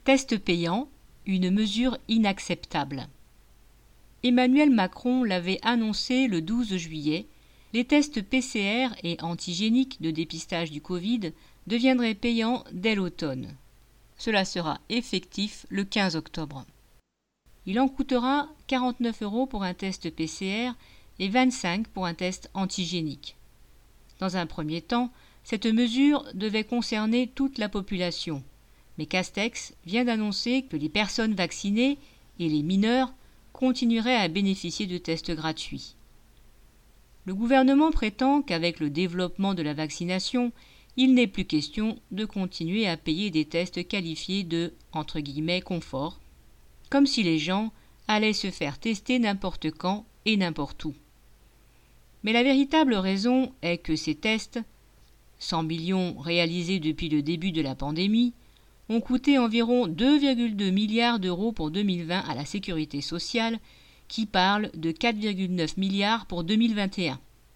Test payant, une mesure inacceptable. Emmanuel Macron l'avait annoncé le 12 juillet, les tests PCR et antigéniques de dépistage du Covid deviendraient payants dès l'automne. Cela sera effectif le 15 octobre. Il en coûtera 49 € pour un test PCR et 25 € pour un test antigénique. Dans un premier temps, cette mesure devait concerner toute la population. Mais Castex vient d'annoncer que les personnes vaccinées et les mineurs continueraient à bénéficier de tests gratuits. Le gouvernement prétend qu'avec le développement de la vaccination, il n'est plus question de continuer à payer des tests qualifiés de « confort », comme si les gens allaient se faire tester n'importe quand et n'importe où. Mais la véritable raison est que ces tests, 100 millions réalisés depuis le début de la pandémie, ont coûté environ 2,2 milliards d'euros pour 2020 à la sécurité sociale, qui parle de 4,9 milliards pour 2021.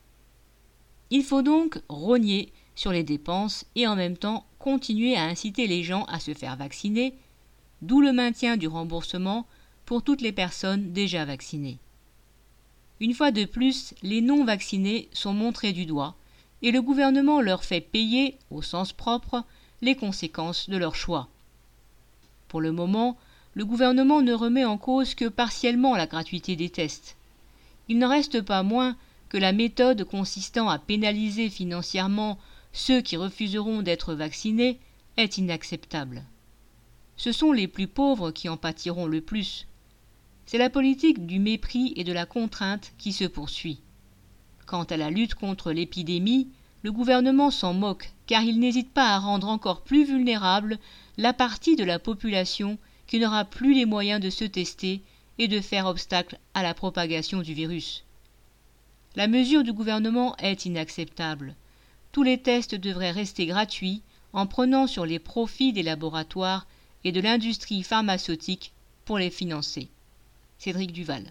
Il faut donc rogner sur les dépenses et en même temps continuer à inciter les gens à se faire vacciner, d'où le maintien du remboursement pour toutes les personnes déjà vaccinées. Une fois de plus, les non-vaccinés sont montrés du doigt et le gouvernement leur fait payer, au sens propre, les conséquences de leur choix. Pour le moment, le gouvernement ne remet en cause que partiellement la gratuité des tests. Il n'en reste pas moins que la méthode consistant à pénaliser financièrement ceux qui refuseront d'être vaccinés est inacceptable. Ce sont les plus pauvres qui en pâtiront le plus. C'est la politique du mépris et de la contrainte qui se poursuit. Quant à la lutte contre l'épidémie, le gouvernement s'en moque car il n'hésite pas à rendre encore plus vulnérable la partie de la population qui n'aura plus les moyens de se tester et de faire obstacle à la propagation du virus. La mesure du gouvernement est inacceptable. Tous les tests devraient rester gratuits en prenant sur les profits des laboratoires et de l'industrie pharmaceutique pour les financer. Cédric Duval.